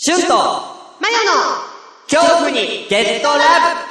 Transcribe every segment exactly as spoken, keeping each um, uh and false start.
シュンとマヨの恐怖にゲットラブ。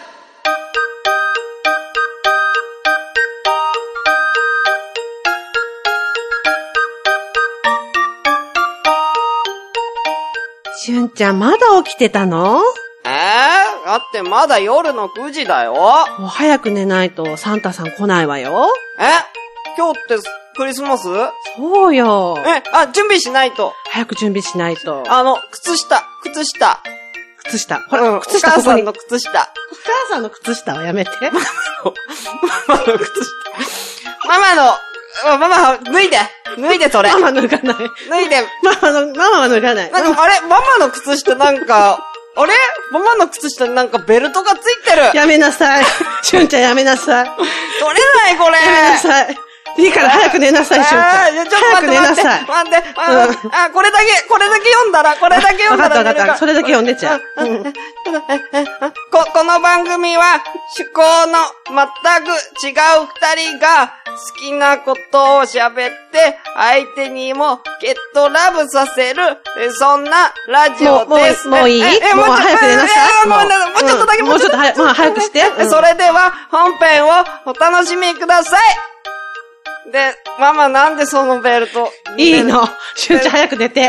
しゅんちゃんまだ起きてたの？ えー、だってまだ夜のくじだよ。 もう早く寝ないとサンタさん来ないわよ。 え？今日ってクリスマス？ そうよ。 え、あ、準備しないと。 早く準備しないと。 あの、靴下、靴下。 靴下。ほら、 うん、 靴下ここに。 お母さんの靴下。 お母さんの靴下はやめて。 ママの靴下。ママの、ママ、脱いで脱いでそれ。 ママ脱がない。 脱いで。 ママの、ママは脱がない。 なんか、あれママの靴下なんか、あれママの靴下になんかベルトがついてる。 やめなさい。しゅんちゃんやめなさい。 取れないこれ。 やめなさい。いいから早く寝なさい、しゅんちゃん。 ちょっと待って待って。待って。待って。あ、うん、あ、これだけ、これだけ読んだら、これだけ読んだら。 わかったわかった。それだけ読んでちゃう。うん、 こ、この番組は、趣向の全く違う二人が、好きなことを喋って、相手にもゲットラブさせる、そんなラジオです。 もう、もういい？ え、 もう早く寝なさい。 もうちょっとだけ、 もうちょっと早く、まあ早くして。 それでは、本編をお楽しみください。で、ママなんでそのベルト？ いいの。しゅんちゃん早く寝て。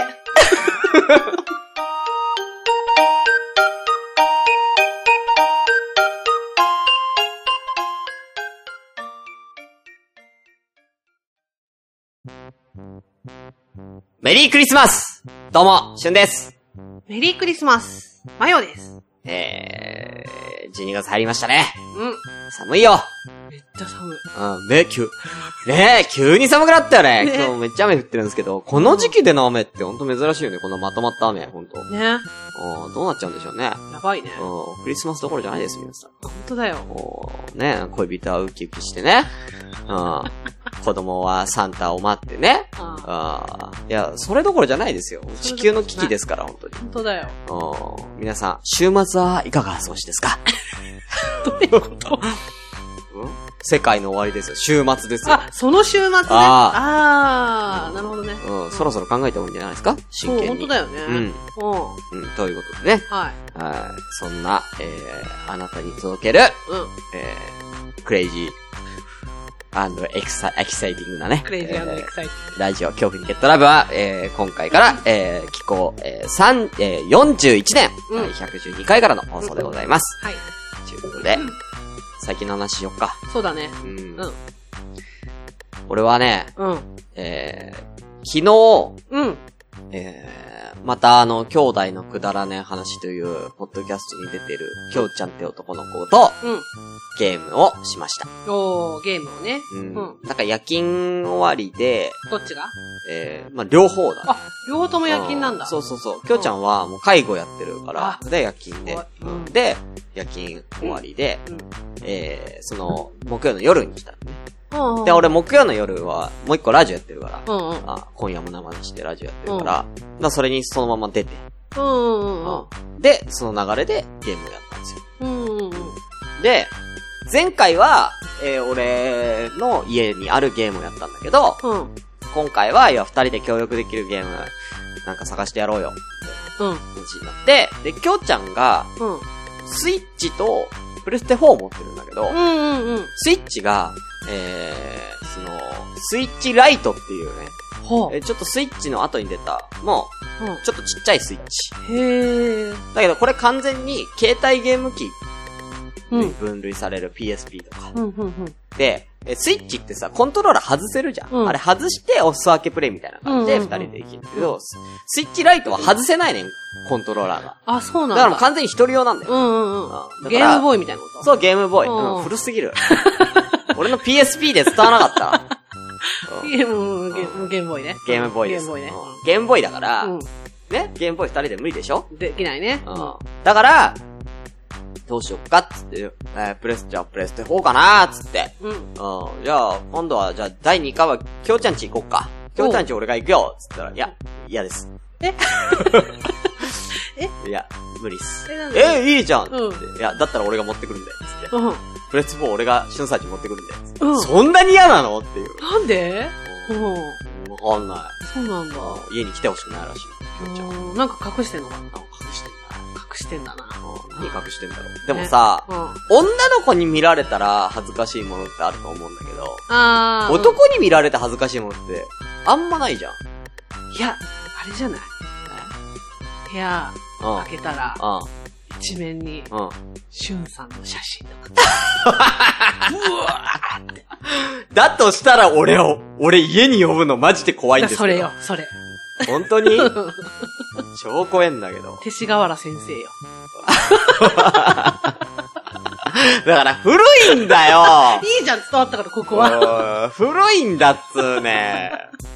メリークリスマス！どうも、しゅんです。 メリークリスマス。マヨです。 えー、じゅうにがつ入りましたね。 うん。 寒いよ。 めっちゃ寒い。 うん、ね、急、ねえ、急に寒くなったよね。ね、今日めっちゃ雨降ってるんですけど、この時期での雨ってほんと珍しいよね。このまとまった雨、ほんと。 ね。 うん、どうなっちゃうんでしょうね。 やばいね。 うん、クリスマスどころじゃないです、皆さん。 ほんとだよ。 おね、恋人はウキウキしてね。うん。子供はサンタを待ってね。ああ。いや、それどころじゃないですよ。地球の危機ですから、ほんとに。 ほんとだよ。 うん。皆さん、週末はいかが過ごしですか？ どういうこと？ 世界の終わりですよ。週末ですよ。 あ、その週末ね。ああ、なるほどね。 うん、そろそろ考えた方がいいんじゃないですか？真剣に。 本当だよね。うん。うん。 うん、ということでね。 はい。 はい。そんな、えー、あなたに届ける、うん。えー、クレイジー、アンドエキサ、エキサイティングなね。 クレイジーアンドエキサイティング。 ラジオ、恐怖にゲットラブは、えー、今回から、えー、気候、えー、三、えー、よんじゅういちねん、うん、ひゃくじゅうにかいからの放送でございます。 うん、はい。 ということで、うん、最近の話しよっか。 そうだね。 うん。 うん。 俺はね、 うん。 えー、昨日、 うん。 えー、またあの、兄弟のくだらねえ話という、ポッドキャストに出てる、きょうちゃんって男の子と、うん。ゲームをしました。 おー、ゲームをね。 うん。うん、なんか夜勤終わりで、 どっちが？ えー、まあ、両方だ、ね。 あ、両方とも夜勤なんだ。 そうそうそう。きょうちゃんはもう介護やってるから、で、夜勤で。うん、で、夜勤終わりで、うん、えー、その、木曜の夜に来たのね。うんうん、で、俺木曜の夜は、もう一個ラジオやってるから、うんうん、あ今夜も生出しでラジオやってるから、うん、まあそれにそのまま出て、うんうんうん、で、その流れでゲームをやったんですよ。うんうんうん、で、前回は、えー、俺の家にあるゲームをやったんだけど、うん、今回は、いや、二人で協力できるゲーム、なんか探してやろうよ、って話になって、で、きょうちゃんが、うん、スイッチと、プレステフォー持ってるんだけど、うんうんうん、スイッチが、えー、その、スイッチライトっていうね、はあ、えちょっとスイッチの後に出た、もう、はあ、ちょっとちっちゃいスイッチ。へー。だけどこれ完全に携帯ゲーム機に分類される ピーエスピー とか。うんうんうん、で、スイッチってさ、コントローラー外せるじゃん。うん、あれ外してお裾分けプレイみたいな感じで二人でできるけど、うんうんうん、スイッチライトは外せないねん、コントローラーが。 あ、そうなんだ。 だからもう完全に一人用なんだよ。 うんうんうん。ゲームボーイみたいなこと？ そう、ゲームボーイ。うん、うん、古すぎる。俺の ピーエスピー で伝わらなかった。 ゲーム、ゲーム、ゲームボーイね。 ゲームボーイです。 ゲームボーイね。 ゲームボーイだから、うん、ね、ゲームボーイ二人で無理でしょ？ できないね。 うん。だから、どうしよっかっつって、えー、プレス、じゃあプレステフォーかなーっつって。うん。うん。じゃあ、今度は、じゃあだいにかいは、きょうちゃんち行こっか。きょうちゃんち俺が行くよっつったら、いや、嫌です。 ええいや、無理っす。え、なんで？え、いいじゃん、うん、いや、だったら俺が持ってくるんだよつって。うん。プレステフォー俺がしゅんさんち持ってくるんだよつって。うん。そんなに嫌なのっていう。 なんで？ うん。わかんない。 そうなんだ。 家に来てほしくないらしい。きょうちゃん。 なんか隠してんのかな？ なんかしてんだな。 うん、何隠してんだろう。でもさ、ね、うん、女の子に見られたら恥ずかしいものってあると思うんだけど、あ男に見られて恥ずかしいものってあんまないじゃん。 いや、あれじゃない、ね、部屋開けたら、うん、一面に、うん、しゅんさんの写真とか。うわーって。 だとしたら俺を、俺家に呼ぶのマジで怖いんですけど。 それよ、それ。 本当に超怖えんだけど。 勅使河原先生よ。 だから古いんだよ。 いいじゃん、伝わったからここは。 古いんだっつーね。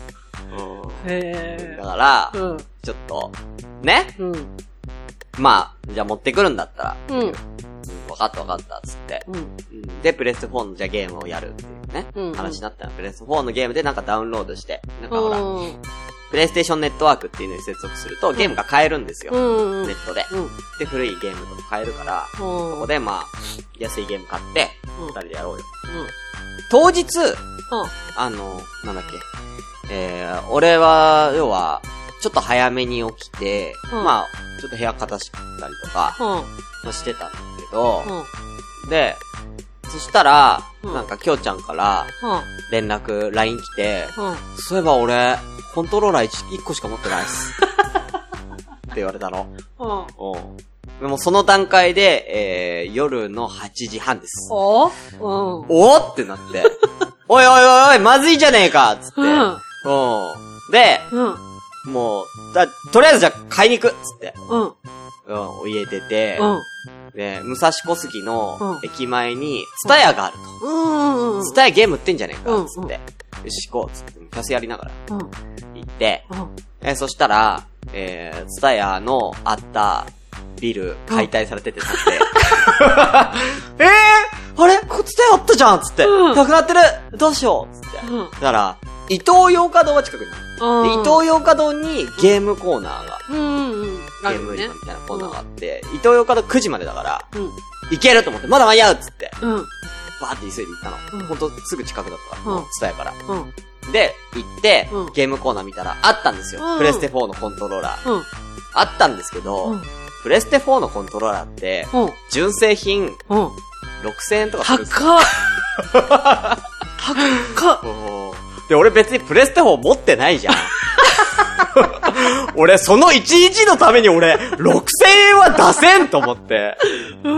へー。 だから、うん、ちょっと、ね、うん、まあ、じゃあ持ってくるんだったら、うん、分かった分かったっつって、うん、で、プレステフォーのじゃあゲームをやるっていうね、うんうん、話になったら、プレステフォーのゲームでなんかダウンロードして、なんかほら、プレイステーションネットワークっていうのに接続するとゲームが買えるんですよ。うん、ネットで、うん。で、古いゲームとか買えるから、うん、そこでまあ、安いゲーム買って、二、うん、人でやろうよ。うん、当日、うん、あの、なんだっけ、えー、俺は、要は、ちょっと早めに起きて、うん、まあ、ちょっと部屋片付けたりとか、うん、してたんだけど、うん、で、そしたら、うん、なんか、きょうちゃんから、連絡、ライン 来て、うん、そういえば俺、コントローラー 1, 1個しか持ってないっす。って言われたの。うん。うん。でもその段階で、えー、夜のはちじはんです。 おうん。 おってなって。おいおいおいおい、まずいじゃねえかつって。うん。うん。で、うん。もう、だ、とりあえずじゃあ買いに行くつって。うん。うん、家出て、うん。で、武蔵小杉の駅前に、ツタヤがあると。うん。ツタヤゲーム売ってんじゃねえかつって。うん、よし行こうつって、キャスやりながら。うん。行って、うん、えー、そしたら、えー、ツタヤのあったビル解体されてて、つって。えー、あれこツタヤあったじゃんつって。うん、なくなってるどうしようつって。うん、だから、伊東洋華堂が近くにある。で、伊東洋華堂にゲームコーナーが、うんうんうん、ゲーム売り場みたいなコーナーがあって、うん、伊東洋華堂くじまでだから、うん、行けると思って、まだ間に合うっつって。うん、バーって急いで行ったの。うん、ほんとすぐ近くだったから、うん、ツタヤから。うんで、行って、うん、ゲームコーナー見たら、あったんですよ。うん、プレステフォーのコントローラー。うん、あったんですけど、うん、プレステフォーのコントローラーって、うん、純正品、うん、ろくせんえんとかするんですよ。 高っ高っで、俺別にプレステフォー持ってないじゃん。俺、そのいちにちのために俺、ろくせんえんは出せんと思って。うん。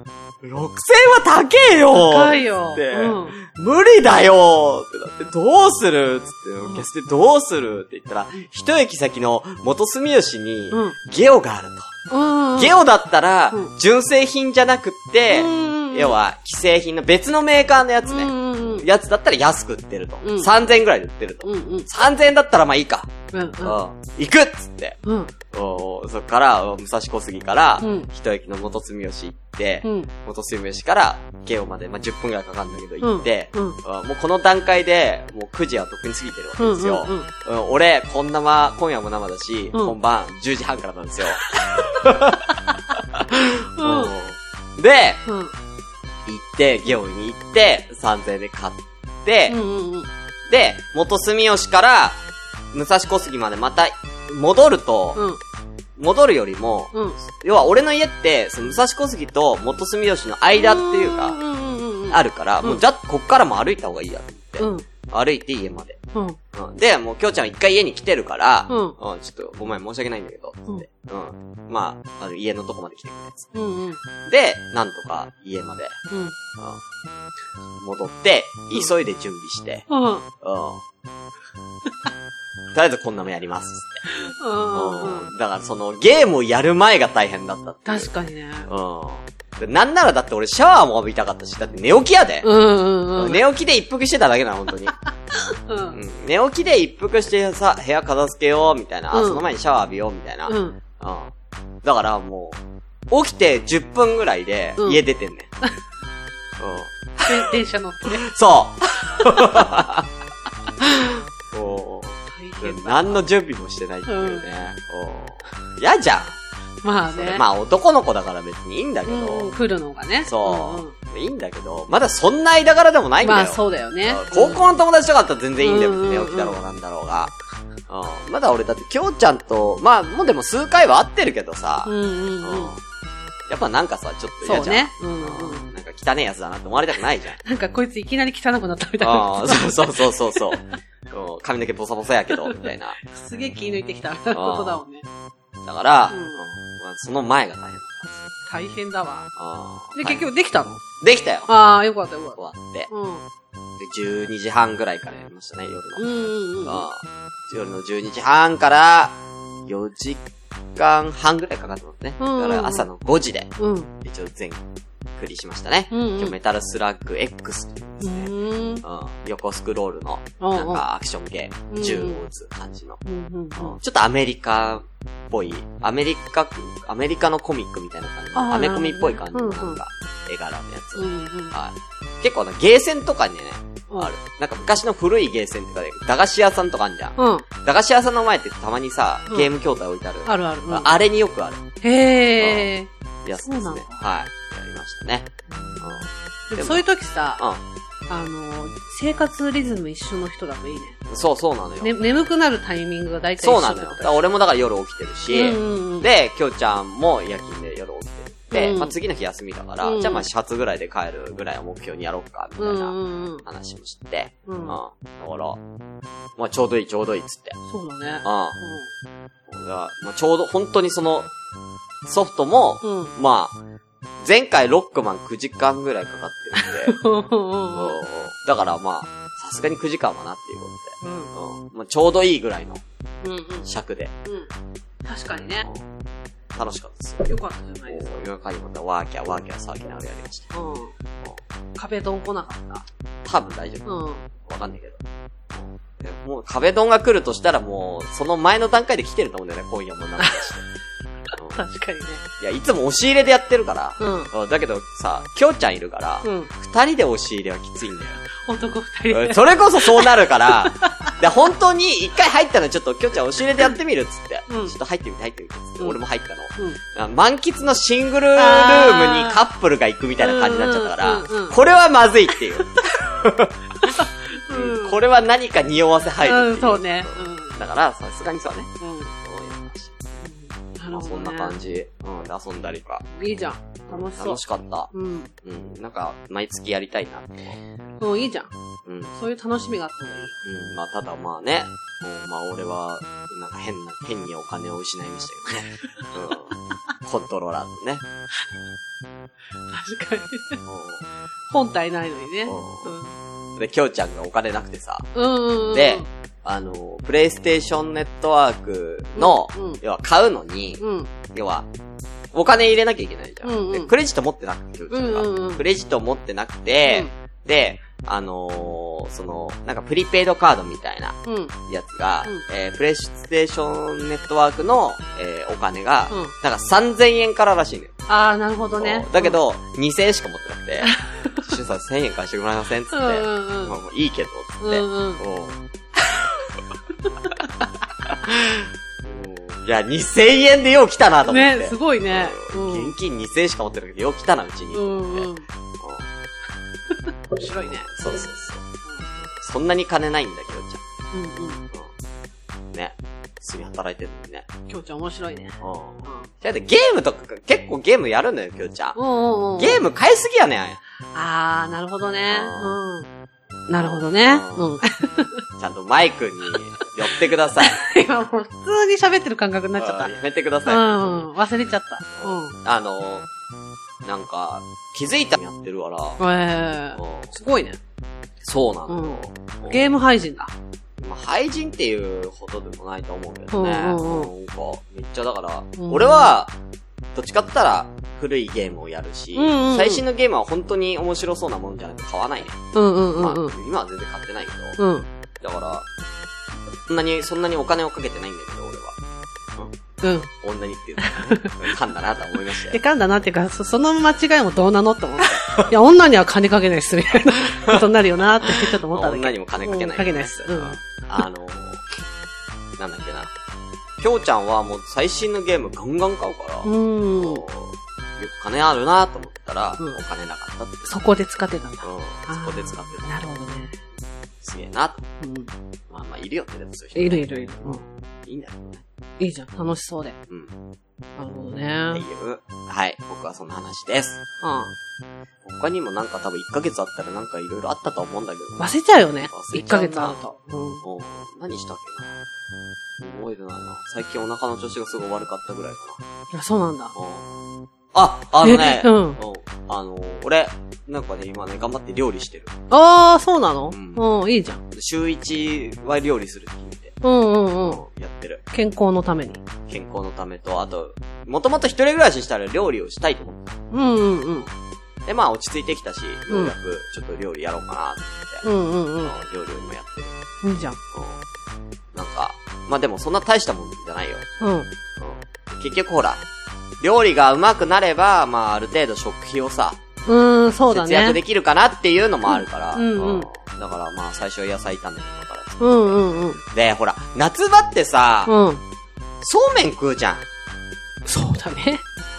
ろくせんえんは高えよ高いよ。って、うん、無理だよってなって、どうするつって、うん、消してどうするって言ったら、一駅先の元住吉に、ゲオがあると。うん、ゲオだったら、純正品じゃなくって、うん、要は、既製品の別のメーカーのやつね。うんやつだったら安く売ってると。うん、さんぜんえんぐらいで売ってると。うんうん、さんぜんえんだったらまあいいか。うんうん、行くっつって。うん、おそっから、武蔵小杉から、一駅の元住吉行って、うん、元住吉からゲオまで、まあ、じゅっぷんぐらいかかるんだけど行って、うんうん、もうこの段階で、もうくじはとっくに過ぎてるわけですよ。うんうんうん、俺、こん生、今夜も生だし、うん、本番じゅうじはんからなんですよ。うん、で、うん行って、ゲオに行って、さんぜんえんで買って、うんうんうん、で、元住吉から、武蔵小杉までまた、戻ると、うん、戻るよりも、うん、要は俺の家って、その武蔵小杉と元住吉の間っていうか、あるから、うん、もうじゃ、こっからも歩いた方がいいやって、うん、歩いて家まで。うんうん、で、もうきょうちゃん一回家に来てるから、うんうん、ちょっとごめん申し訳ないんだけど、つって。うん。うん、まあ、あの家のとこまで来てくれ、つって。うんうん、で、なんとか家まで、うんうん、戻って、急いで準備して、うんうん、とりあえずこんなのやります、つって。うんうん、だからそのゲームをやる前が大変だったって。 確かにね。 うんなんならだって俺シャワーも浴びたかったし、だって寝起きやで。うんうんうん、寝起きで一服してただけなの、本当に。うんうん、寝起きで一服してさ、部屋片付けよう、みたいな。うん、あ、その前にシャワー浴びよう、みたいな。うん。うん。だからもう、起きてじゅっぷんぐらいで家出てんね、 うん。うん。電車乗ってね。 そう。お何の準備もしてないっていうね。うん、嫌じゃん。 まあね。 まあ男の子だから別にいいんだけど。 うん、来るのがね。 そう、うんうん。いいんだけど、まだそんな間柄でもないんだよ。 まあそうだよね。 高校の友達とかだったら全然いいんだよ。寝起きだろうがなんだろうが。うん。まだ俺だってきょうちゃんと、まあもうでも数回は会ってるけどさ。うんうんうん。 やっぱなんかさ、ちょっと嫌じゃん。 そうね。うんうん。 なんか汚ねえやつだなって思われたくないじゃん。 なんかこいついきなり汚くなったみたいな。 ああ、そうそうそうそうそう。髪の毛ボサボサやけど、みたいな。 すげえ気抜いてきたみたいなことだもんね。 だから、うんまあ、その前が大変だったんですよ。 大変だわ。 あで、結局できたの？ できたよ。 ああ、よかったよかった。 終わって。 うん。 で、じゅうにじはんぐらいからやりましたね、夜の。 うんうんうん。 あ夜のじゅうにじはんからよじかんはんぐらいかかってますね。うんうん、だから朝のごじで、うん、一応全クリしましたね。うんうん、今日メタルスラッグ X っていうですね、うんうん、横スクロールのなんかアクションゲーム、銃を撃つ感じの、うんうんうん、ちょっとアメリカっぽい、アメリカ、アメリカのコミックみたいな感じの、アメコミっぽい感じのなんか絵柄のやつ、うんうんはい、結構なゲーセンとかにね、ある。なんか昔の古いゲーセンとかで、駄菓子屋さんとかあんじゃん。うん。駄菓子屋さんの前ってたまにさ、ゲーム筐体置いてある。 あるある。うん、あれによくある。 へー。 うん、やつですね。はい。やりましたね。 うん。でもそういう時さ、うん、あの、生活リズム一緒の人だといいね。 そうそうなのよ。 ね、眠くなるタイミングが大体一緒そうなのよ。だから俺もだから夜起きてるし、うんうんうん、で、きょうちゃんも夜勤で夜起きてる。で、うん、まあ、次の日休みだから、うん、じゃあまあ始発ぐらいで帰るぐらいを目標にやろうか、みたいな話もして、うんうんうん、だから、まあちょうどいいちょうどいいっつって。 そうだね。 うん。だからまあ、ちょうど本当にその、ソフトも、うん、まあ、前回ロックマンくじかんぐらいかかってるんで、だからまあ、さすがにくじかんはなっていうことで、うんうんまあ、ちょうどいいぐらいの尺で。 うんうんうん、確かにね。 楽しかったですよ。よかったじゃないですか。 夜中にまたワーキャーワーキャー騒ぎながらやりました。うん。 壁ドン来なかった？ 多分大丈夫。うん。わかんないけど。もう壁ドンが来るとしたらもう、その前の段階で来てると思うんだよね、今夜もなんかして。 うん、確かにね。 いや、いつも押し入れでやってるから。うん。だけどさ、きょうちゃんいるから、うん。二人で押し入れはきついんだよ。 男二人で。 それこそそうなるから、で、本当に一回入ったのちょっと、きょうちゃん押し入れでやってみるっつって。うん、ちょっと入ってみて入ってみてっつって、うん、俺も入ったの、うん。満喫のシングルルームにカップルが行くみたいな感じになっちゃったから、うんうんうん、これはまずいっていう。うん、これは何か匂わせ入るっていう。うん、 そうね。 うん、だから、さすがにそうね。うん。うんまあ、そんな感じ。うん。で遊んだりか。 いいじゃん。楽しそう。 楽しかった。うん。うん。なんか、毎月やりたいなって。 うん、いいじゃん。うん。そういう楽しみがあった方がいい。 うん。まあ、ただまあね。うん、まあ、俺は、なんか変な、変にお金を失いましたけどね。うん。コントローラーとね。 確かに。本体ないのにね。 うん。で、きょうちゃんがお金なくてさ。うんうん。で、あの、プレイステーションネットワークの、うんうん、要は買うのに、うん、要は、お金入れなきゃいけないじゃん。うんうん、でクレジット持ってなくて、うんうんうん、クレジット持ってなくて、うん、で、あのー、その、なんかプリペイドカードみたいなやつが、うんえー、プレイステーションネットワークの、えー、お金が、うん、なんかさんぜんえんかららしいのよ。 あー、なるほどね。 だけど、うん、にせんえんしか持ってなくて、シュウさんせんえん貸してもらえませんつって、うんうんうんまあ、もういいけど、つって。うんうんいや、にせんえんでよう来たなと思って。 ね、すごいね。 うん、現金にせんえんしか持ってなくてよう来たな、うちに。うんうん。 面白いね。 そうそうそう。そんなに金ないんだ、きょうちゃん。うんうん。うん、ね。普通に働いてるのにね。 きょうちゃん面白いね。うん。 だってゲームとか、結構ゲームやるんだよ、きょうちゃん。うんうんうん。ゲーム買いすぎやねん。 あー、なるほどね。うん。なるほどね。うん。 ちゃんとマイクに寄ってください。 今もう普通に喋ってる感覚になっちゃった。 やめてください。 うん。忘れちゃった。うん。 あの、なんか、気づいたらやってるから。 ええー。すごいね。 そうなの、 うん。ゲーム配信だ。 まあ、廃人っていうほどでもないと思うけどね。うんうんうん、なんか、めっちゃだから、うん、俺は、どっちかって言ったら、古いゲームをやるし、うんうんうん、最新のゲームは本当に面白そうなもんじゃないと買わないね。うんうんうん、うん。まあ、今は全然買ってないけど。うん。だから、そんなに、そんなにお金をかけてないんだけど、俺は。うん。うん。女にっていうのはね、噛んだなと思いましたよ。 で、噛んだなっていうか、そ, その間違いもどうなのって思って。いや、女には金かけないっす、みたいなことになるよなってちょっと思ったんだけど。 女にも金かけない、 うん。かけないっす。うん。 あのー、なんだっけな。きょうちゃんはもう最新のゲームガンガン買うから、うん。よく金あるなと思ったら、うん、お金なかったって。 そこで使ってたんだ。 うん。そこで使ってた。 なるほどね。 すげえな。うん。まあまあ、いるよね、でもそういう人、ね。 いるいるいる。うん。 いいんだよね。 いいじゃん、楽しそうで。うん。なるほどね。 っていう。はい。僕ははそんな話です。うん。他にもなんか多分いっかげつあったらなんかいろいろあったと思うんだけど、 ね。忘れちゃうよね。 忘れちゃうな。いっかげつあると。 うん。何したっけな。覚えてないな。最近お腹の調子がすごい悪かったぐらいかな。いや、そうなんだ。 うん。あ、あのね、 うん。うん。 あの、俺、なんかね、今ね、頑張って料理してる。 あー、そうなの？うん、うん、いいじゃん。 週一は料理するって言って。 うんうんうん。 やってる。 健康のために。 健康のためと、あと、もともと一人暮らししたら料理をしたいと思った。 うんうんうん。 で、まあ落ち着いてきたし、ようやくちょっと料理やろうかなって思って。うんうんうん。料理を今やってる。いいじゃん。うん。 なんか、まあでもそんな大したもんじゃないよ。うん。うん。結局ほら、料理が上手くなれば、まあある程度食費をさ、 うーん、そうだね。 節約できるかなっていうのもあるから。 うんうん、うん。 だからまあ最初は野菜炒めとかから作って。 うんうんうん。 で、ほら、夏場ってさ、うん。そうめん食うじゃん。 そうだね。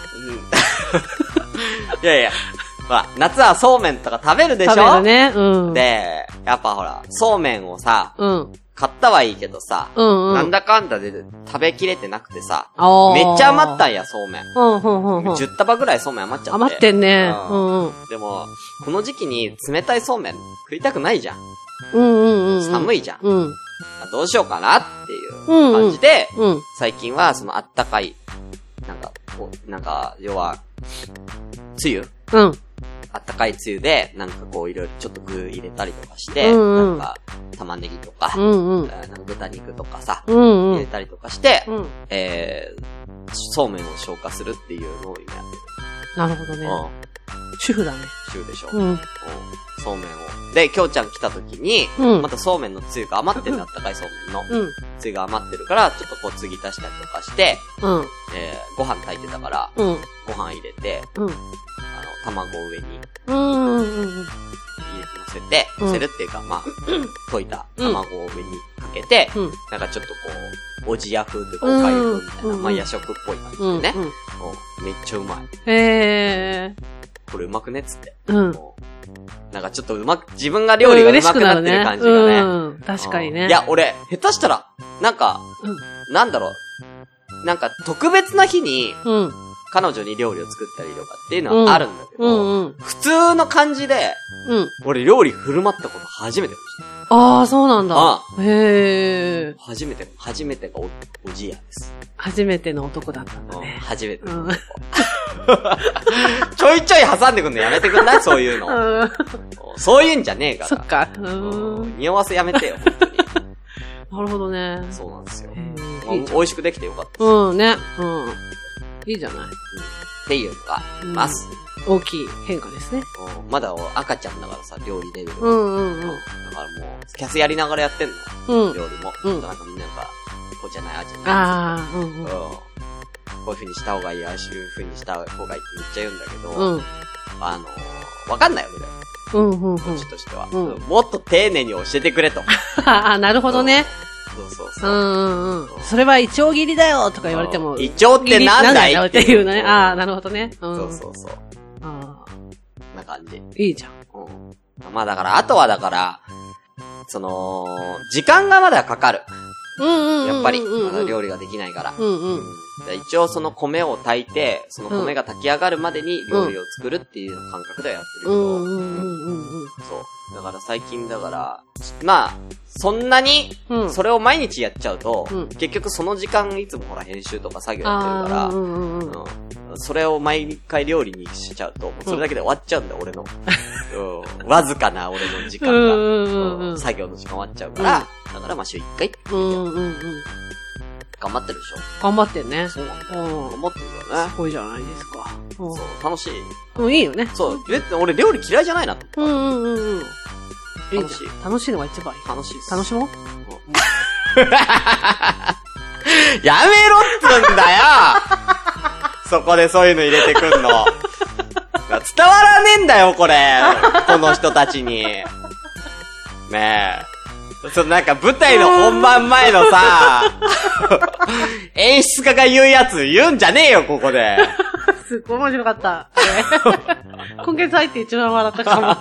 うん。いやいや、ほら、夏はそうめんとか食べるでしょ？ 食べるね。うん。 で、やっぱほら、そうめんをさ、うん。買ったはいいけどさ、うんうん、なんだかんだで食べきれてなくてさ、めっちゃ余ったんや、そうめん。うんうんうん、じゅう束ぐらいそうめん余っちゃって。 余ってんね。 うんうん、でも、この時期に冷たいそうめん食いたくないじゃん。 うんうんうん、 寒いじゃん、うん。どうしようかなっていう感じで、うんうん、最近はそのあったかい、なんか、こう、なんか、要は、つゆうん。あったかいつゆで、なんかこういろいろちょっと具入れたりとかして、うんうん、なんか玉ねぎとか、うんうん、なんか豚肉とかさ、うんうん、入れたりとかして、うん、えー、そうめんを消化するっていうのを今やってる。 なるほどね。うん、主婦だね。 主婦でしょ。うん。うん、そうめんを。で、きょうちゃん来た時に、うん、またそうめんのつゆが余ってるの、あったかいそうめんの。うん、つゆが余ってるから、ちょっとこう継ぎ足したりとかして、うん、えー、ご飯炊いてたから、うん、ご飯入れて、うん、あの、卵を上に、うんうんうん、入れて乗せて、乗せるっていうか、まあ、溶いた卵を上にかけて、うん、なんかちょっとこう、おじや風というか、おかゆ風みたいな、まあ、夜食っぽい感じでね、うんうん、めっちゃうまい。へー。これうまくねっつって。うん。なんかちょっとうまく、自分が料理がうまくなってる感じがね。うんねうん、 確かにね。 いや、俺、下手したら、なんか、うん、なんだろう、なんか特別な日に、うん、彼女に料理を作ったりとかっていうのはあるんだけど、うんうんうん、普通の感じで、うん、俺料理振る舞ったこと初めてでした。 ああ、そうなんだ。ああへえ。 初めて、初めてが お, おじやです。 初めての男だったんだね。 うん、初めての男。うん、ちょいちょい挟んでくんのやめてくんないそういうの、うん。そういうんじゃねえから。 そっか。 うん。匂わせやめてよ、本当に。 なるほどね。 そうなんですよ。いい美味しくできてよかったです。 うんね。うん。いいじゃない、うん、 っていうのがあります、 うん。大きい変化ですね。 うん、まだ赤ちゃんだからさ、料理レベル。うんうんうん。だからもう、キャスやりながらやってんの。うん。料理も。うん。なんかみんなが、こうじゃない、ああじゃない。ああ、うんうん。うん。こういう風にした方がいい、ああいう風にした方がいいって言っちゃ言うんだけど、うん。あのー、わかんないわけだよ。うんうんうん。こっちとしては、うん。もっと丁寧に教えてくれと。 ああ、なるほどね。 そうそうそう。うんうんうん。それはイチョウ切りだよとか言われても。 イチョウってなんだいっていうね。ああ、なるほどね。 うん、そうそうそう。ああ。な感じ。 いいじゃん。 うん。まあだから、あとはだから、その、時間がまだかかる。うんうんうん。やっぱり、まだ料理ができないから。うんうん。一応その米を炊いて、その米が炊き上がるまでに料理を作るっていう感覚ではやってるけど。うんうんうんうん。そう。だから最近だから、まあ、そんなに、それを毎日やっちゃうと、うん、結局その時間いつもほら編集とか作業やってるから、うんうんうんうん、それを毎回料理にしちゃうと、それだけで終わっちゃうんだよ、俺の。うん、わずかな俺の時間が、うんうんうん、作業の時間終わっちゃうから、うん、だからまあ週いっかいって言う、うんうんうん、頑張ってるでしょ。 頑張ってんね。 そうなんだよ。頑張ってるよね。 すごいじゃないですか。 そう、楽しい。 うん、いいよね。 そう、別に俺料理嫌いじゃないなと思った。うんうんうんうん。 楽しい。楽しいのが一番いい。 楽しいです。 楽しもう、 うん、やめろっつんだよそこでそういうの入れてくんの。伝わらねえんだよ、これ。この人たちに。ねえ。そのなんか舞台の本番前のさ、演出家が言うやつ言うんじゃねえよ、ここで。 すすっごい面白かった。今月入って一番笑ったかも。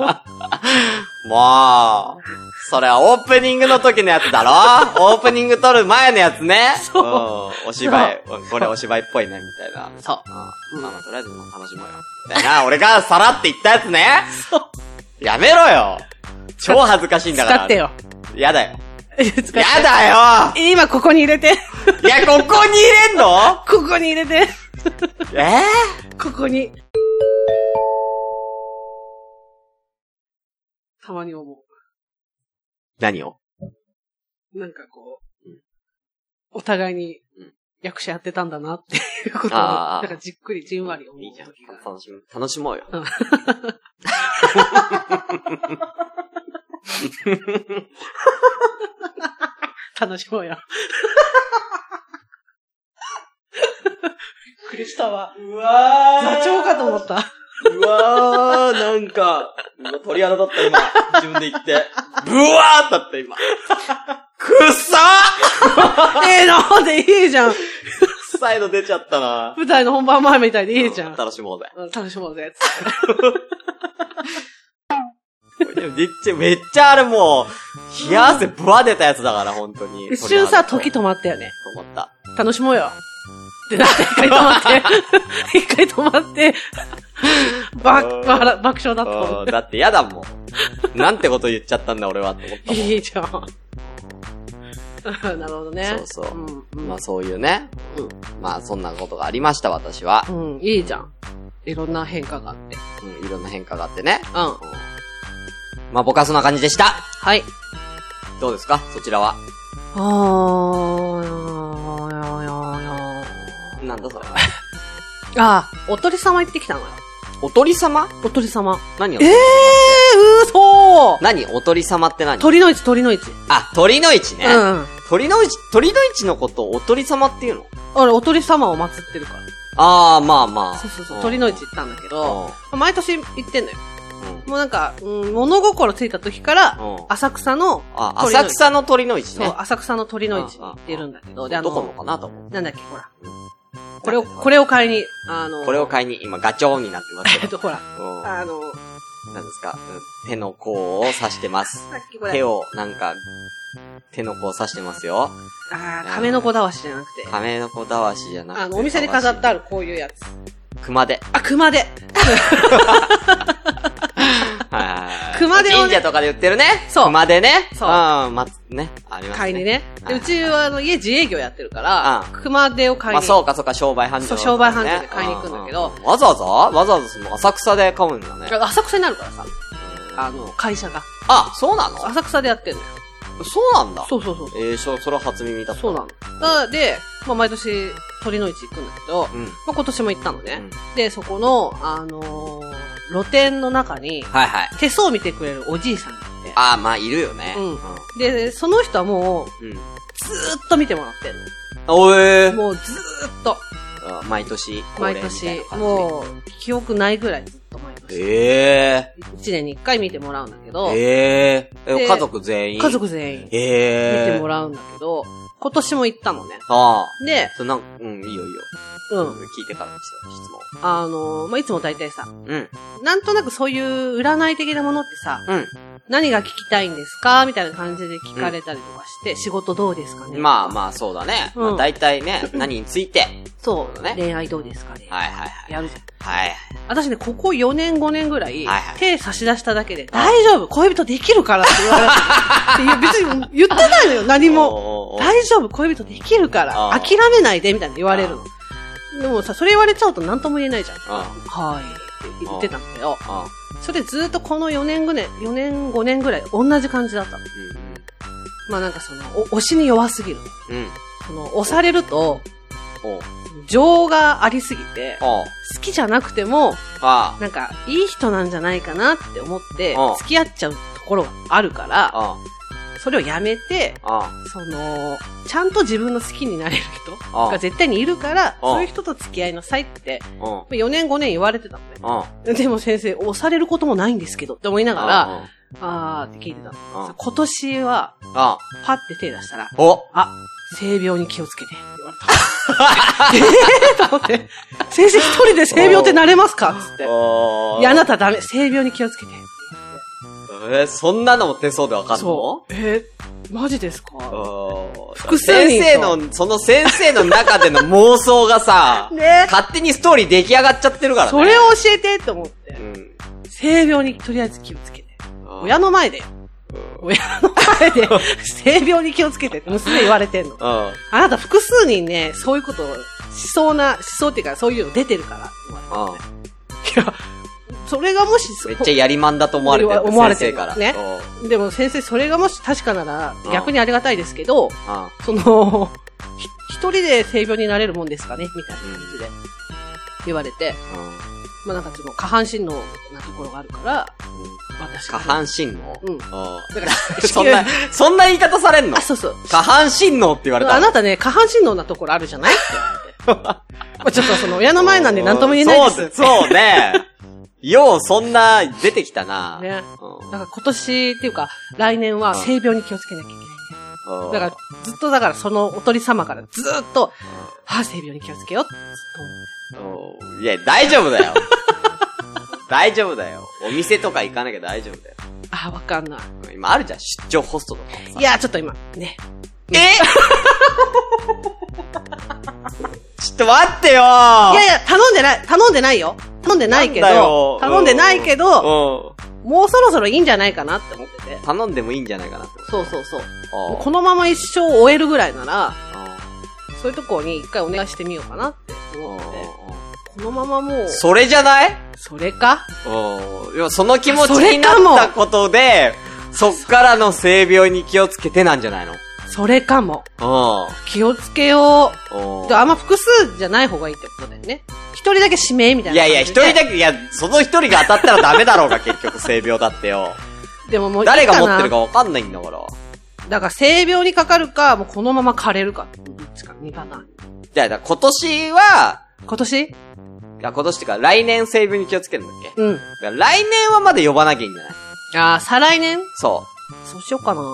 もう、それはオープニングの時のやつだろオープニング撮る前のやつね。 そう。 うん、お芝居、これお芝居っぽいね、みたいな。 そう。 うん、まあまあ、とりあえずもう楽しもうよ。みたいな、俺がさらって言ったやつね。そう。やめろよ。超恥ずかしいんだから。 使ってよ。 やだよ。 やだよ。 今ここに入れて。 いや、ここに入れんの？ ここに入れて。 えー、ここに。たまに思う。 何を？ なんかこう、うん、お互いに役者やってたんだなっていうことを、なんかじっくりじんわり思う。いいじゃん。 楽しむ。楽しもうよ。うん楽しもうよ。びっくりしたわ。 うわー。 座長かと思った。 うわー、なんか、鳥肌立った今。自分で言って。ブワーってった今。くっさーえー、なんでいいじゃん。 臭いの出ちゃったな。 舞台の本番前みたいでいいじゃん。 楽しもうぜ。 楽しもうぜ。 めっちゃ、めっちゃあれもう、冷や汗ぶわ出たやつだから、本当に。 一瞬さ、時止まったよね。 止まった。 楽しもうよ。ってなって一回止まって、一回止まって、バッ、爆笑だった。 だって嫌だもん。なんてこと言っちゃったんだ俺はって思ったもん。 いいじゃん。なるほどね。 そうそう。うんうん、まあそういうね。うん。まあそんなことがありました、私は。 うん、いいじゃん。いろんな変化があって。 うん、いろんな変化があってね。 うん。うん、 まあ僕はそんな感じでした。 はい。 どうですかそちらは。 あー、やややなんだそれ。 あー、おとり様行ってきたのよ。 おとり様？ おとり様。 何を？ えー、嘘ー。 何おとり様って何？ 鳥の市、鳥の市。 あ、鳥の市ね。 うん。 鳥の市、鳥の市のことをおとり様っていうの？ あれ、おとり様を祀ってるから。 あー、まあまあ。 そうそうそう、鳥の市行ったんだけど、毎年行ってんのよ。うん、もうなんか、うん、物心ついた時から、浅草の、 あ、浅草の鳥の市ね。 そう、浅草の鳥の市に行ってるんだけど、 で、あの、どこのかなと思う。 なんだっけ、ほら。これを、これを買いに、あの、 これを買いに、今ガチョーンになってますけど。 えっと、ほら、あの、 なんですか、うん、手の甲を刺してます。さっきこれ。手を、なんか、手の甲を刺してますよ。 あー、亀の子だわしじゃなくて。 亀の子だわしじゃなくて。 あの、お店で飾ってあるこういうやつ。 熊手。 あ、熊手。 はい。 熊手を、ね、 神社とかで売ってるね。 そう。 熊手ね。 そう。 うん、ま、ね。ありますね。 買いにね。で、うちはあの、家自営業やってるから、熊手を買いに。 まあそうかそうか、商売繁盛、ね。 そう、商売繁盛で買いに行くんだけど。 わざわざわざわざその浅草で買うんだね。 浅草になるからさ。あの、会社が。 あ、そうなの？ 浅草でやってんのよ。 そうなんだ。 そうそうそう。 ええー、それは初耳だった。 そうなの。だで、まあ毎年、鳥の市行くんだけど、うん、まあ今年も行ったのね。うん、で、そこの、あのー、露店の中に、はいはい。手相を見てくれるおじいさんがいて。 ああ、まあいるよね。 うん。で、その人はもう、うん、ずーっと見てもらってんの。 おえー。 もうずーっと。 毎年、 毎年、もう、記憶ないぐらいずっと毎年。 ええー。一年に一回見てもらうんだけど。 ええー。家族全員家族全員。 ええー。 見てもらうんだけど、今年も行ったのね。 ああ。 で、 そなん、うん、いいよいいよ。うん。聞いてからにして質問。 あのー、まあ、いつも大体さ、 うん。 なんとなくそういう占い的なものってさ、 うん。 何が聞きたいんですかみたいな感じで聞かれたりとかして、うん、仕事どうですかねまあまあそうだね。うん、まあ大体ね、何について。 そうだね。恋愛どうですかねはいはいはい。 やるじゃん。 はいはい。 私ね、ここよねんごねんぐらい、はいはい、手差し出しただけで、大丈夫恋人できるからって言われて、別に言ってないのよ、何も。大丈夫恋人できるから、諦めないで、みたいな言われるの。でもさ、それ言われちゃうと何とも言えないじゃん。はい。って言ってたんだけど、それずっとこのよねんごねん、よねんごねんぐらい同じ感じだったの。うん、まあなんかその、推しに弱すぎる。うん、その、押されると、情がありすぎて、好きじゃなくても、なんか、いい人なんじゃないかなって思って、付き合っちゃうところがあるから、それをやめて、その、ちゃんと自分の好きになれる人が絶対にいるから、そういう人と付き合いなさいって、よねんごねん言われてたのね。でも先生、押されることもないんですけどって思いながら、あーって聞いてたの。今年は、パッて手出したら、あ、 性病に気をつけてって言われた。えぇーと思って。先生一人で性病ってなれますかつって。いや、あなたダメ。性病に気をつけて。 えー、そんなのも手相でわかんの？ そう。えー、マジですか？ 複数人先生の、その先生の中での妄想がさ、ね、勝手にストーリー出来上がっちゃってるからね。 それを教えてって思って。うん、性病にとりあえず気をつけて。親の前で。親の前で、性病に気をつけてって娘言われてんの。あなた複数人ね、そういうことをしそうな、しそうっていうかそういうの出てるからって言われて、ね。いや、それがもし、 めっちゃやりまんだと思われてる。思われてるから。 ね。でも先生、それがもし確かなら、逆にありがたいですけど、その、一人で性病になれるもんですかねみたいな感じで言われて、まあなんかその下半身のなところがあるから、私下半身のうん。だから、 そんな、そんな言い方されんの？ あ、そうそう。 下半身のって言われた。 あなたね、下半身のなところあるじゃないって言われて。まあちょっとその親の前なんで何とも言えないです。 そう、そうね。よう、そんな、出てきたな。ね。 うん、だから今年っていうか、来年は性病に気をつけなきゃいけない。だから、ずっとだからそのおとり様からずっと、はぁ、性病に気をつけよってずっと思って。 いや、大丈夫だよ。大丈夫だよ。お店とか行かなきゃ大丈夫だよ。 あ、わかんない。 今あるじゃん、出張ホストとかさ。いや、ちょっと今、ね。 えちょっと待ってよー。いやいや、頼んでない、頼んでないよ。頼んでないけど、頼んでないけど、もうそろそろいいんじゃないかなって思ってて。 頼んでもいいんじゃないかなって。 そうそうそう。このまま一生終えるぐらいなら、そういうとこに一回お願いしてみようかなって思って。このままもう。 それじゃない？ それか？ うん。いや、その気持ちになったことで、そっからの性病に気をつけてなんじゃないの？ それかも。気をつけよう。あんま複数じゃない方がいいってことだよね。一人だけ指名みたいな。 いやいや、一人だけ、いや、その一人が当たったらダメだろうが、結局性病だってよ。 でももういいかな。 誰が持ってるか分かんないんだから。 だから性病にかかるか、もうこのまま枯れるか。どっちか、二パターン。 じゃあ、今年は、 今年いや、今年ってか、来年性病に気をつけるんだっけ？ うん。 来年はまだ呼ばなきゃいいんじゃない？ ああ、再来年？ そう。 そうしようかな。うん。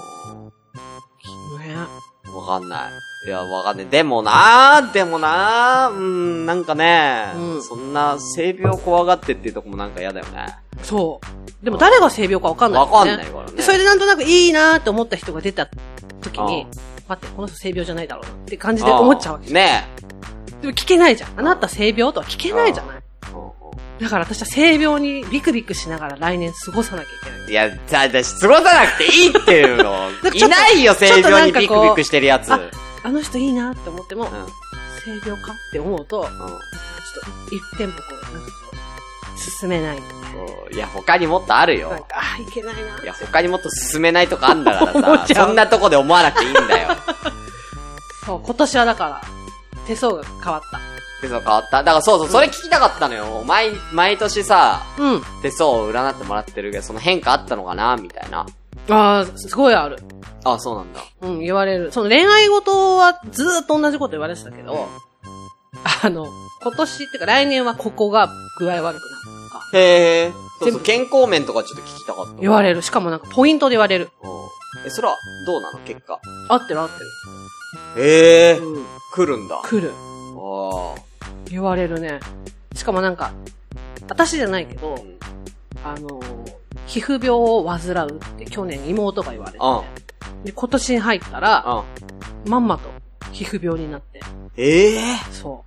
ね。 わかんない。いや、わかんない。でもなー、でもなー、うん、なんかね、うん、そんな、性病怖がってっていうとこもなんか嫌だよね。 そう。でも誰が性病かわかんない、 ね。わかんないからね。 それでなんとなくいいなーって思った人が出た時に、待って、この人性病じゃないだろうなって感じで思っちゃうわけ。 ねえ。でも聞けないじゃん。あなた性病とは聞けないじゃない。だから私は性病にビクビクしながら来年過ごさなきゃいけない。 いや、じゃあ、過ごさなくていいっていうの。いないよ、性病にビクビクしてるやつ。 あ, あの人いいなって思っても、うん、性病かって思うと、うん、ちょっと一店舗こう、なんかこう、進めない。 いや、他にもっとあるよ。 なんか、あ、いけないな。 いや、他にもっと進めないとかあんだからさ、そんなとこで思わなくていいんだよ。 そう、今年はだから、手相が変わった。 手相変わった。だからそうそう、それ聞きたかったのよ。毎、毎年さ、 うん。 手相を占ってもらってるけど、その変化あったのかなみたいな。 ああ、すごいある。 ああ、そうなんだ。 うん、言われる。その恋愛事はずーっと同じこと言われてたけど、あの、今年ってか来年はここが具合悪くなったとか。 へえ。そうそう、健康面とかちょっと聞きたかった。 言われる。しかもなんかポイントで言われる。 え、それはどうなの結果。 合ってる合ってる。へえ。うん。来るんだ。 来る。 ああ。 言われるね。しかもなんか、私じゃないけど、うん、あの、皮膚病を患うって去年妹が言われて、 ああで、今年に入ったら、ああまんまと皮膚病になって。 ええー、 そう。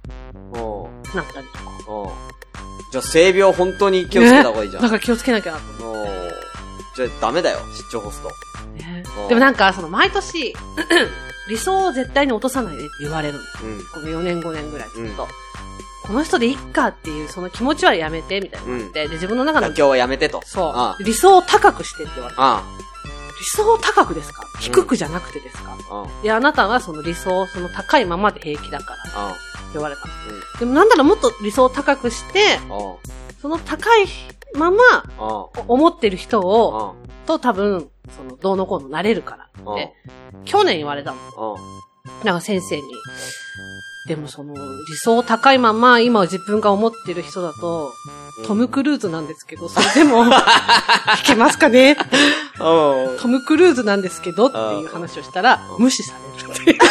なったりとか。 じゃあ性病本当に気をつけた方がいいじゃん。 ね、だから気をつけなきゃなと思って。 じゃあダメだよ、出張ホスト。 ね、でもなんか、その毎年、理想を絶対に落とさないでって言われるんです、うん、このよねんごねんぐらいすると、うん、この人でいっかっていうその気持ちはやめてみたいなのって、うん、で自分の中の今日はやめてとそうああ理想を高くしてって言われて、ああ理想を高くですか、うん、低くじゃなくてですか、ああいやあなたはその理想その高いままで平気だから、ああって言われた、うん、でもなんだらもっと理想を高くして、ああその高いまま思ってる人をと多分そのどうのこうのなれるからって去年言われたの。なんか先生にでもその、理想高いまま、今自分が思ってる人だと、うん、トム・クルーズなんですけど、それでも、いけますかねトム・クルーズなんですけどっていう話をしたら、無視されるっていう。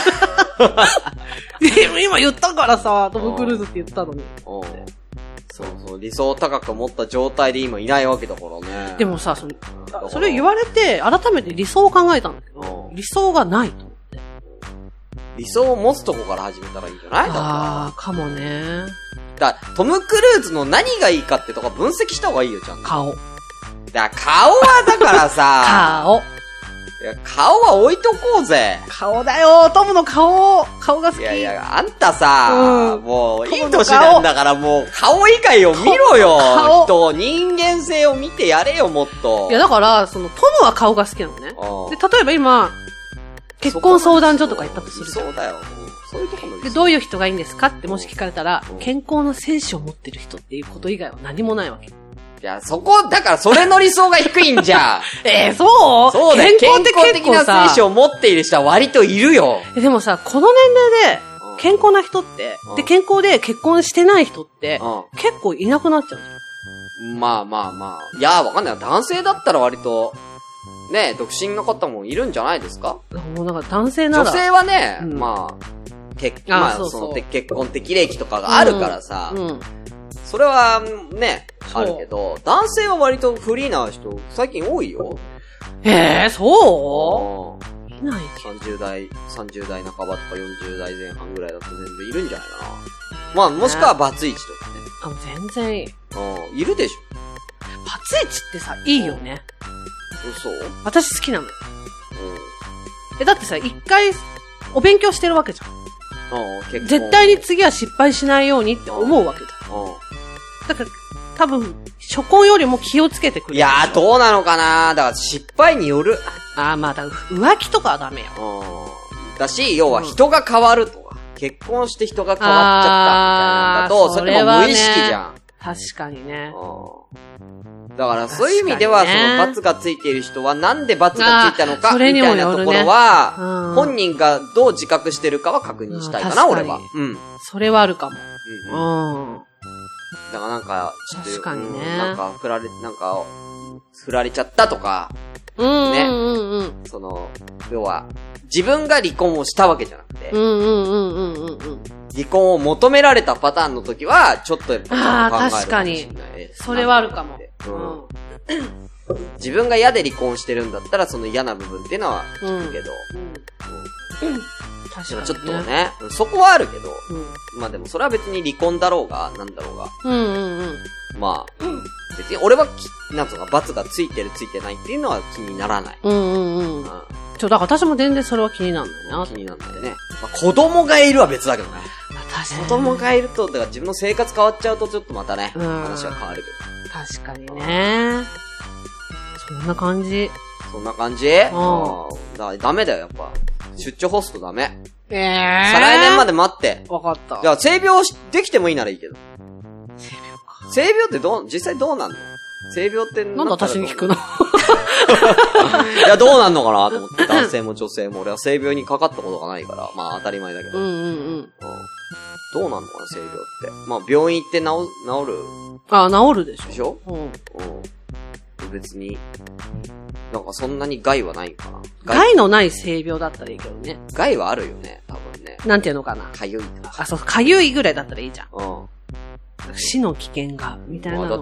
今言ったからさ、トム・クルーズって言ったのに。 そうそう、理想高く持った状態で今いないわけだからね。 でもさ、その、それ言われて、改めて理想を考えたんだけど、理想がないと思って。 理想を持つとこから始めたらいいんじゃない？ ああ、かもね。 だトム・クルーズの何がいいかってとか分析した方がいいよ、ちゃんと。 顔。 だ顔はだからさ、 顔。 いや、顔は置いとこうぜ。 顔だよ、トムの顔。顔が好き。 いやいや、あんたさ、うん、もう、いい年なんだから、もう、顔以外を見ろよ。人、人間性を見てやれよ、もっと。 いや、だから、その、トムは顔が好きなのね。で、例えば今、結婚相談所とか行ったとする。 そうだよ。そういうところで、どういう人がいいんですかってもし聞かれたら、健康な精子を持ってる人っていうこと以外は何もないわけ。 いや、そこ、だからそれの理想が低いんじゃん。 えー、そうそうだよ。健康的な精子を持っている人は割といるよ。 でもさ、この年齢で、健康な人って、うん、で、健康で結婚してない人って、うん、結構いなくなっちゃうじゃん。まあまあまあ。いや、わかんない。男性だったら割と、ね、独身の方もいるんじゃないですか？ もうなんか男性なら。 女性はね、うん、まあ、結、まあ、そうそうその結婚適齢期とかがあるからさ、うんうん、それはね、あるけど、男性は割とフリーな人、最近多いよ。 えー、そういないさんじゅう代、さんじゅう代半ばとかよんじゅう代前半ぐらいだと全然いるんじゃないかな。まあ、もしくはバツイチとかね。 あ、全然いい。 うん、いるでしょ。 バツイチってさ、いいよね。 そう？ 私好きなのよ。うん。え、だってさ、一回、お勉強してるわけじゃん。 うん、結構。 絶対に次は失敗しないようにって思うわけだ。うん。だから、多分、初婚よりも気をつけてくれる。 いやー、どうなのかなー。だから失敗による。 あー、まあ、だ浮気とかはダメよ。 うん。だし、要は人が変わるとか、うん、結婚して人が変わっちゃったみたいなんだと、それも無意識じゃん。 確かにね。 うん。だからそういう意味では、ね、その罰がついている人はなんで罰がついたのか、みたいなところは、ねうん、本人がどう自覚してるかは確認したいかな、うん、俺は。うん。 それはあるかも。 うん。うん。だからなんか、ちょっと、 確かにね。 なんか、振られ、なんか、振られちゃったとか、 うんね。うんうんうん。 その、要は、自分が離婚をしたわけじゃなくて、 うんうんうんうんうんうん。 離婚を求められたパターンの時は、ちょっとやっぱ考えるああ、確かに。それはあるかも。うん。 自分が嫌で離婚してるんだったら、その嫌な部分っていうのは聞くけど。うん。うん。うん、確かに、ね。ちょっとね、そこはあるけど、うん、まあでもそれは別に離婚だろうが、なんだろうが。 うんうんうん。 まあ、うん、別に俺は、なんとか罰がついてるついてないっていうのは気にならない。 うんうんうん。うん、ちょ、だから私も全然それは気になるんだよな。 気になるんだよね。まあ子供がいるは別だけどね。子供がいると、だから自分の生活変わっちゃうとちょっとまたね、話は変わるけど。確かにね。そんな感じ。 そんな感じ？うん。だダメだよ、やっぱ。出張ホストダメ。 ええー。 再来年まで待って。 わかった。 じゃあ、性病できてもいいならいいけど。性病か。性病ってどう、実際どうなんの？性病ってなんで私に聞くの？いや、どうなんのかなと思って。男性も女性も。俺は性病にかかったことがないから。まあ当たり前だけど。 うんうんうん。うん、 どうなんのかな、性病って。まあ病院行って治、治る。 ああ、治るでしょ。 でしょ？うん。うん。別に、なんかそんなに害はないかな。 害のない性病だったらいいけどね。 害はあるよね、多分ね。 なんていうのかな。 かゆいとか。 あ、そう、かゆいぐらいだったらいいじゃん。 うん。 死の危険が、みたいなの。 まあ、だって、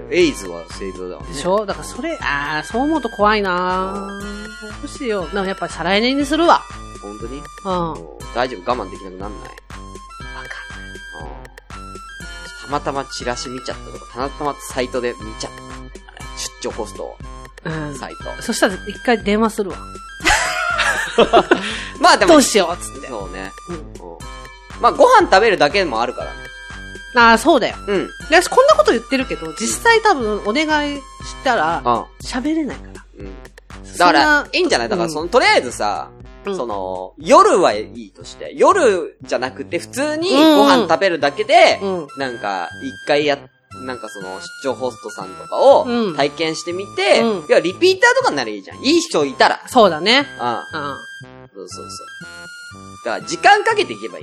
エイズは性病だもんね。 でしょ？だからそれ、ああ、そう思うと怖いなぁ。どうしよう。でもやっぱり再来年にするわ。 本当に？うん。大丈夫？我慢できなくなんない？わかんない。うん。たまたまチラシ見ちゃったとか、たまたまサイトで見ちゃった。出張ホスト。うん。サイト。 そしたら一回電話するわ。 まあでも。 どうしようっつって。 そうね。うん。うん、まあご飯食べるだけもあるからね。 ああ、そうだよ。 うん。 私こんなこと言ってるけど、実際多分お願いしたら、喋れないから。うん。 だから、いいんじゃない？だからその、とりあえずさ、うん、その、夜はいいとして、夜じゃなくて普通にご飯食べるだけで、うんうん、なんか、一回や、なんかその、出張ホストさんとかを体験してみて、うん、いや、リピーターとかにならいいじゃん。いい人いたら。 そうだね。 うん。うん。そうそうそう。だから、時間かけていけばいい。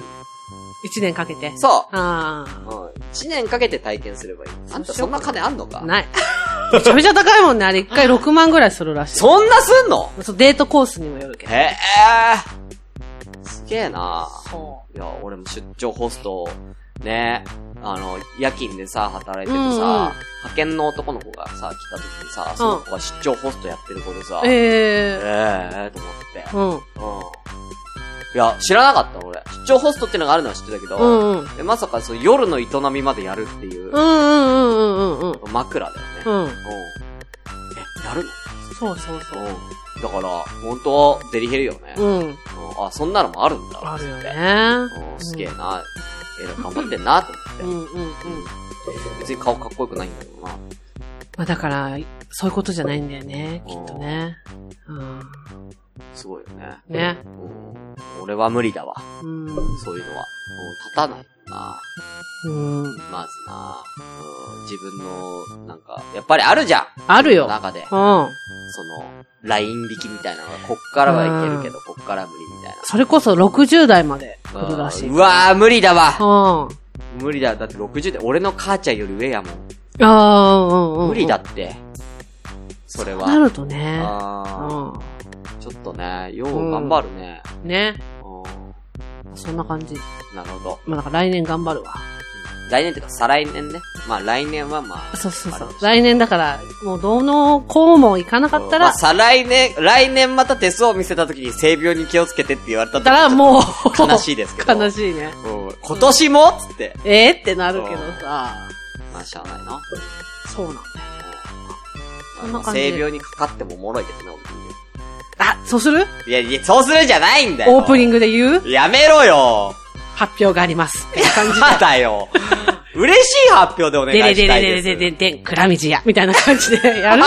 一年かけて。 そう。 ああ。うん。一年かけて体験すればいい。あんたそんな金あんのか？ ない。めちゃめちゃ高いもんね。あれ一回ろくまんぐらいするらしい。 そんなすんの？ そう、デートコースにもよるけど。 へえ。すげえな。そう。いや、俺も出張ホスト、ね、あの、夜勤でさ、働いててさ、うんうん、派遣の男の子がさ、来た時にさ、その子が出張ホストやってる子でさ、 えー、ええーと思って。うん。うん。いや、知らなかった俺。出張ホストっていうのがあるのは知ってたけど、うんうん、まさかそう夜の営みまでやるっていう、 うんうんうんうんうん、 枕だよね。うん。うん。え、やるの？ そうそうそう。うんだから、本当デリヘルよね。 うん。 あ、そんなのもあるんだ。 あるよね。 うん、すげえな。えらい頑張ってんな、と思って。うんうんうん。別に顔かっこよくないんだけどな。まあだから、そういうことじゃないんだよね、きっとね。うん。 すごいよね。 ね。 うん、俺は無理だわ。うん。そういうのは。もう立たないな。うん。まずな、うん、自分の、なんか、やっぱりあるじゃん。 あるよ。 中で。うん。その、ライン引きみたいなのが、こっからはいけるけど、こっから無理みたいな。 それこそろくじゅう代まで来るらしい。 うわー、無理だわ。うん。無理だ。だってろくじゅう代、俺の母ちゃんより上やもん。 ああ、うんうん。 無理だって。それは。 なるとね。 ああ。ちょっとね、よう頑張るね。 ね。そんな感じ。 なるほど。 まあ、だから来年頑張るわ。 来年ってか、再来年ね。まあ来年はまあ。 そうそうそう。来年だから、もうどの校も行かなかったら。まあ再来年、来年また手相を見せた時に性病に気をつけてって言われた時だからもう。 悲しいですけど。 悲しいね。 うん。今年もつって。 えーってなるけどさ。 まあしゃあないな。 そうなんだよ。 そんな感じ。性病にかかってもおもろいけどね、 あ、そうする？ いやいや、そうするんじゃないんだよ。 オープニングで言う？ やめろよ。 発表があります。って感じで。 まだよ。嬉しい発表でお願いしたいです。でれでれでれででで、くらみじや。みたいな感じでやる？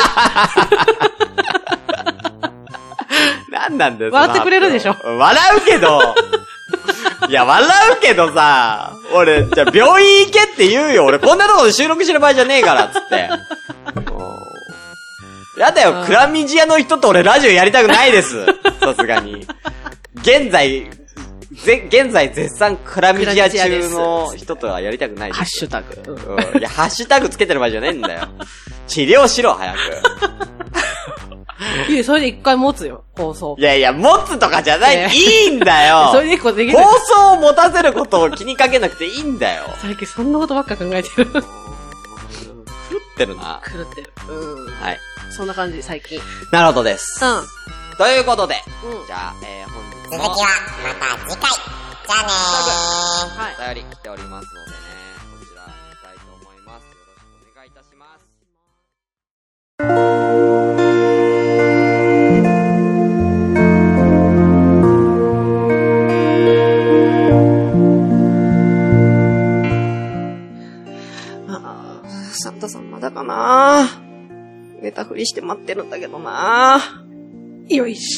なんなんだよ、 笑ってくれるでしょ？ 笑うけど。いや、笑うけどさ、俺、じゃあ病院行けって言うよ。俺こんなとこで収録してる場合じゃねえから、つって。やだよ、クラミジアの人と俺ラジオやりたくないです。さすがに。現在、ぜ、現在絶賛クラミジア中の人とはやりたくないです。 ハッシュタグ。 うん。いや、ハッシュタグつけてる場合じゃねえんだよ。治療しろ、早く。 いい、それで一回持つよ、放送。 いやいや、持つとかじゃない、えー、いいんだよ。 それで一個できる。 放送を持たせることを気にかけなくていいんだよ。 最近そんなことばっか考えてる。狂ってるな。 狂ってる。うん。 はい。 そんな感じ、最近。 なるほどです。 うん。 ということで、 うん、 じゃあ、えー、本日の続きはまた次回。じゃあねー。 はい。お便り来ておりますのでね、こちら見たいと思います。よろしくお願いいたします。ああ、サンタさんまだかなー。寝たふりして待ってるんだけどなぁ。よいし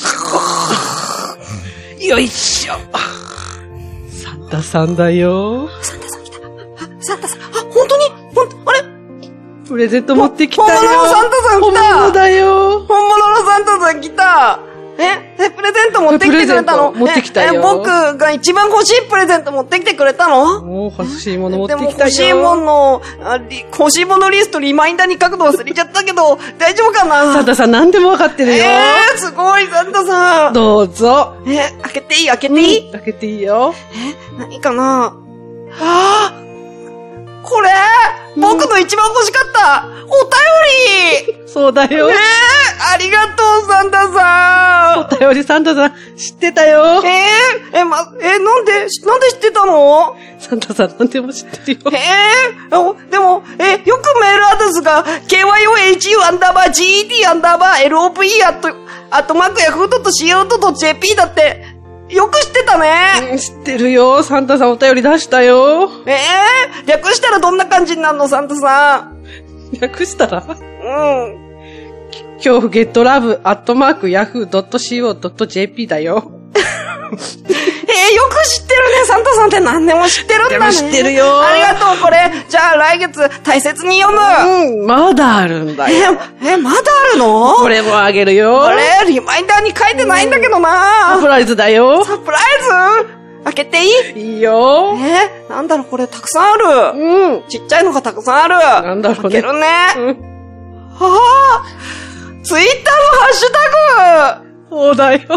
ょ。よいしょ。サンタさんだよ。 サンタさん来た。サンタさん、あ、本当にほん、あれプレゼント持ってきたよ。 本物のサンタさん来た。 本物だよ。 本物のサンタさん来た。ええ、プレゼント持ってきてくれたの？ 持ってきたよ。 え、僕が一番欲しいプレゼント持ってきてくれたの？ もう欲しいもの持ってきたよ。 でも欲しいものあり、欲しいものリストリマインダーに書くの忘れちゃったけど、大丈夫かな？ サンタさん何でも分かってるよ。 えー、すごい、サンタさん。 どうぞ。 え、開けていい？開けていい？ うん、開けていいよ。 え、何かな？あーこれ、うん、僕の一番欲しかったお便りそうだよ。 えー、ありがとう、サンタさん。お便りサンタさん、知ってたよ。 えー、え、ま、え、なんで、なんで知ってたの？ サンタさん、なんでも知ってるよ。 えー、でも、え、よくメールアドレスが、ケーワイオーエイチユー アンダーバー ジーイーティー アンダーバー エルオーピー アット、アットマークヤフードットシーオードットジェーピー だって、よく知ってたね、 うん。知ってるよ。サンタさんお便り出したよ。 えー、略したらどんな感じになるの、サンタさん。 略したら？ うん。 恐怖ゲットラブアットマークヤフードットシーオードットジェーピー だよ。 えー、よく知ってるね。サンタさんって何でも知ってるんだね。 でも知ってるよ。 ありがとう、これ。じゃあ来月大切に読む。 うん、まだあるんだよ。 え、え、まだあるの？ これもあげるよ。 あれリマインダーに書いてないんだけどな。 サプライズだよ。 サプライズ？ 開けていい？いいよ。 えー、なんだろう、これたくさんある。 うん。 ちっちゃいのがたくさんある。 なんだろうね。 開けるね。うん。はぁ、ツイッターのハッシュタグ。 そうだよ。 え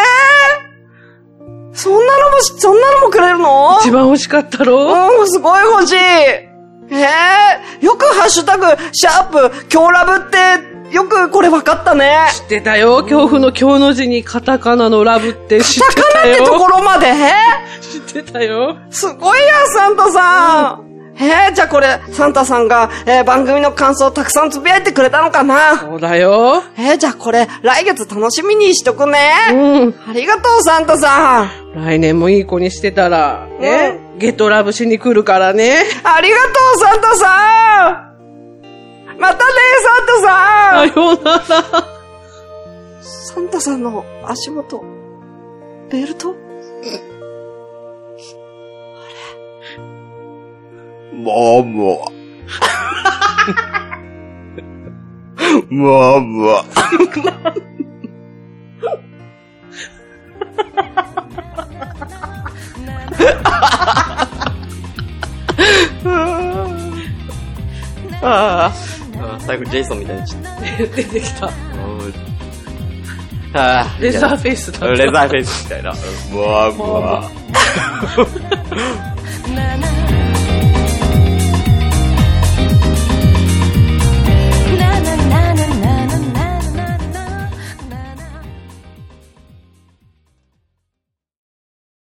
ー、そんなのも、そんなのもくれるの？ 一番欲しかったろ？ うん、すごい欲しい。えー、よくハッシュタグ、シャープ、今日ラブって、よくこれ分かったね。 知ってたよ。恐怖の今日の字にカタカナのラブって知ってたよ。 カタカナってところまで、 知ってたよ。 すごいや、サンタさん。うんえー、じゃあこれ、サンタさんが、えー、番組の感想をたくさんつぶやいてくれたのかな？ そうだよ。 えー、じゃあこれ、来月楽しみにしとくね。 うん。 ありがとう、サンタさん。 来年もいい子にしてたら、ね、うん、ゲットラブしに来るからね。 ありがとう、サンタさん。またね、サンタさん。 さようなら。 サンタさんの足元、ベルト？もうもう。もうもう。ああ、最後ジェイソンみたいに出てきた。 あレザーフェイスだった。 レザーフェイスみたいな。もうもう。